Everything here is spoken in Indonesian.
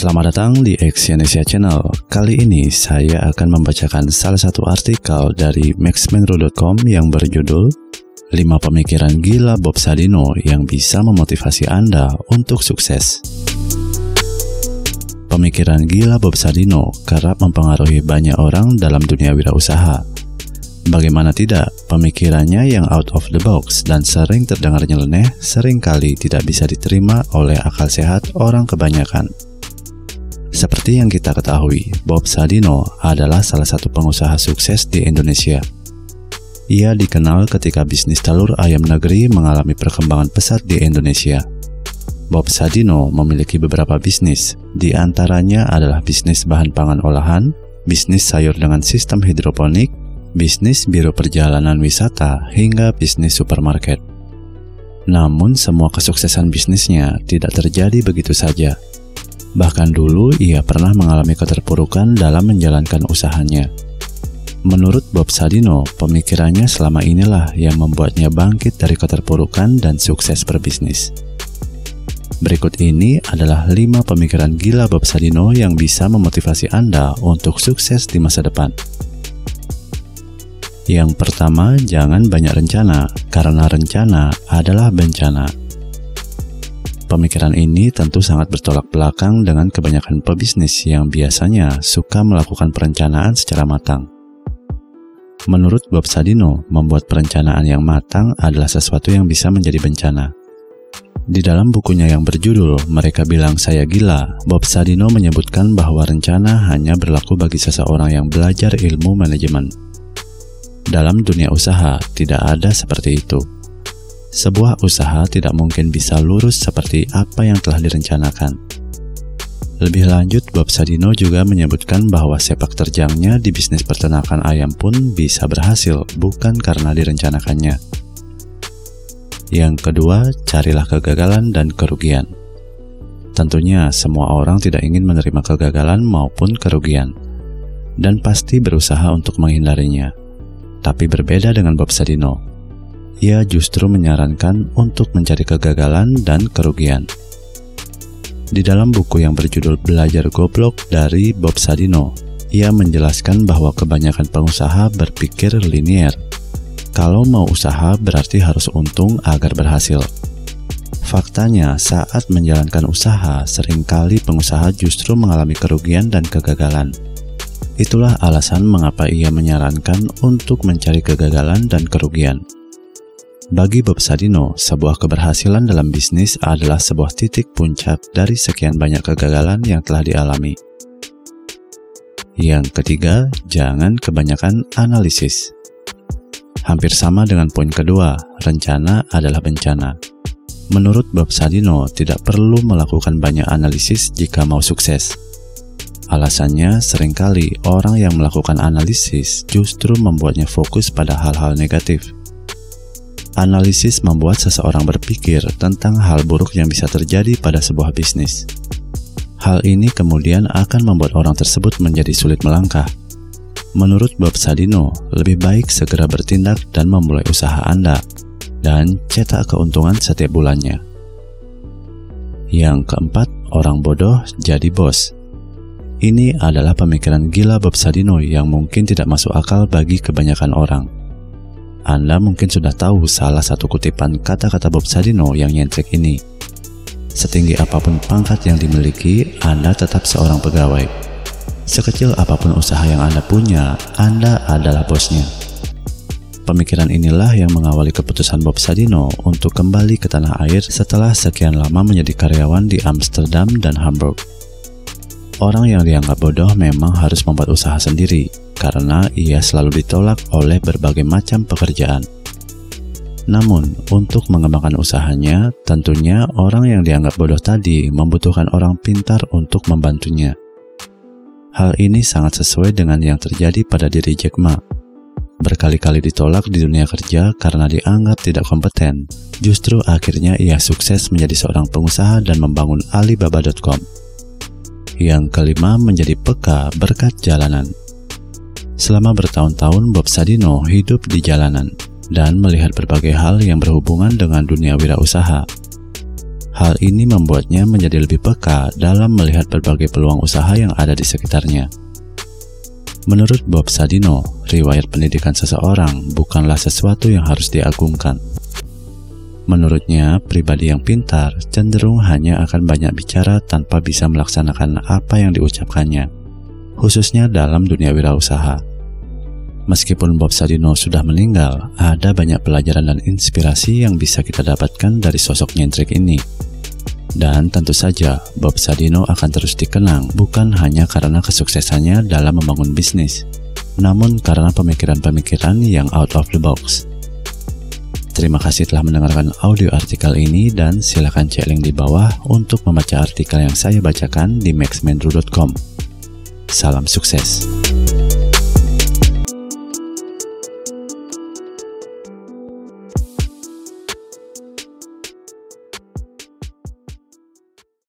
Selamat datang di Exyonesia Channel. Kali ini saya akan membacakan salah satu artikel dari maxmenru.com yang berjudul 5 pemikiran gila Bob Sadino yang bisa memotivasi Anda untuk sukses. Pemikiran gila Bob Sadino kerap mempengaruhi banyak orang dalam dunia wirausaha. Bagaimana tidak, pemikirannya yang out of the box dan sering terdengar nyeleneh seringkali tidak bisa diterima oleh akal sehat orang kebanyakan. Seperti yang kita ketahui, Bob Sadino adalah salah satu pengusaha sukses di Indonesia. Ia dikenal ketika bisnis telur ayam negeri mengalami perkembangan pesat di Indonesia. Bob Sadino memiliki beberapa bisnis, di antaranya adalah bisnis bahan pangan olahan, bisnis sayur dengan sistem hidroponik, bisnis biro perjalanan wisata, hingga bisnis supermarket. Namun semua kesuksesan bisnisnya tidak terjadi begitu saja. Bahkan dulu ia pernah mengalami keterpurukan dalam menjalankan usahanya. Menurut Bob Sadino, pemikirannya selama inilah yang membuatnya bangkit dari keterpurukan dan sukses berbisnis. Berikut ini adalah 5 pemikiran gila Bob Sadino yang bisa memotivasi Anda untuk sukses di masa depan. Yang pertama, jangan banyak rencana, karena rencana adalah bencana. Pemikiran ini tentu sangat bertolak belakang dengan kebanyakan pebisnis yang biasanya suka melakukan perencanaan secara matang. Menurut Bob Sadino, membuat perencanaan yang matang adalah sesuatu yang bisa menjadi bencana. Di dalam bukunya yang berjudul Mereka Bilang Saya Gila, Bob Sadino menyebutkan bahwa rencana hanya berlaku bagi seseorang yang belajar ilmu manajemen. Dalam dunia usaha, tidak ada seperti itu. Sebuah usaha tidak mungkin bisa lurus seperti apa yang telah direncanakan. Lebih lanjut, Bob Sadino juga menyebutkan bahwa sepak terjangnya di bisnis peternakan ayam pun bisa berhasil, bukan karena direncanakannya. Yang kedua, carilah kegagalan dan kerugian. Tentunya, semua orang tidak ingin menerima kegagalan maupun kerugian, dan pasti berusaha untuk menghindarinya. Tapi berbeda dengan Bob Sadino, ia justru menyarankan untuk mencari kegagalan dan kerugian. Di dalam buku yang berjudul Belajar Goblok dari Bob Sadino, ia menjelaskan bahwa kebanyakan pengusaha berpikir linier. Kalau mau usaha berarti harus untung agar berhasil. Faktanya, saat menjalankan usaha, seringkali pengusaha justru mengalami kerugian dan kegagalan. Itulah alasan mengapa ia menyarankan untuk mencari kegagalan dan kerugian. Bagi Bob Sadino, sebuah keberhasilan dalam bisnis adalah sebuah titik puncak dari sekian banyak kegagalan yang telah dialami. Yang ketiga, jangan kebanyakan analisis. Hampir sama dengan poin kedua, rencana adalah bencana. Menurut Bob Sadino, tidak perlu melakukan banyak analisis jika mau sukses. Alasannya, seringkali orang yang melakukan analisis justru membuatnya fokus pada hal-hal negatif. Analisis membuat seseorang berpikir tentang hal buruk yang bisa terjadi pada sebuah bisnis. Hal ini kemudian akan membuat orang tersebut menjadi sulit melangkah. Menurut Bob Sadino, lebih baik segera bertindak dan memulai usaha Anda, dan cetak keuntungan setiap bulannya. Yang keempat, orang bodoh jadi bos. Ini adalah pemikiran gila Bob Sadino yang mungkin tidak masuk akal bagi kebanyakan orang. Anda mungkin sudah tahu salah satu kutipan kata-kata Bob Sadino yang nyentrik ini. Setinggi apapun pangkat yang dimiliki, Anda tetap seorang pegawai. Sekecil apapun usaha yang Anda punya, Anda adalah bosnya. Pemikiran inilah yang mengawali keputusan Bob Sadino untuk kembali ke tanah air setelah sekian lama menjadi karyawan di Amsterdam dan Hamburg. Orang yang dianggap bodoh memang harus membuat usaha sendiri, karena ia selalu ditolak oleh berbagai macam pekerjaan. Namun, untuk mengembangkan usahanya, tentunya orang yang dianggap bodoh tadi membutuhkan orang pintar untuk membantunya. Hal ini sangat sesuai dengan yang terjadi pada diri Jack Ma. Berkali-kali ditolak di dunia kerja karena dianggap tidak kompeten. Justru akhirnya ia sukses menjadi seorang pengusaha dan membangun Alibaba.com. Yang kelima, menjadi peka berkat jalanan. Selama bertahun-tahun Bob Sadino hidup di jalanan dan melihat berbagai hal yang berhubungan dengan dunia wirausaha. Hal ini membuatnya menjadi lebih peka dalam melihat berbagai peluang usaha yang ada di sekitarnya. Menurut Bob Sadino, riwayat pendidikan seseorang bukanlah sesuatu yang harus diagungkan. Menurutnya, pribadi yang pintar cenderung hanya akan banyak bicara tanpa bisa melaksanakan apa yang diucapkannya, khususnya dalam dunia wirausaha. Meskipun Bob Sadino sudah meninggal, ada banyak pelajaran dan inspirasi yang bisa kita dapatkan dari sosok nyentrik ini. Dan tentu saja, Bob Sadino akan terus dikenang bukan hanya karena kesuksesannya dalam membangun bisnis, namun karena pemikiran-pemikiran yang out of the box. Terima kasih telah mendengarkan audio artikel ini dan silakan cek link di bawah untuk membaca artikel yang saya bacakan di maxmendru.com. Salam sukses.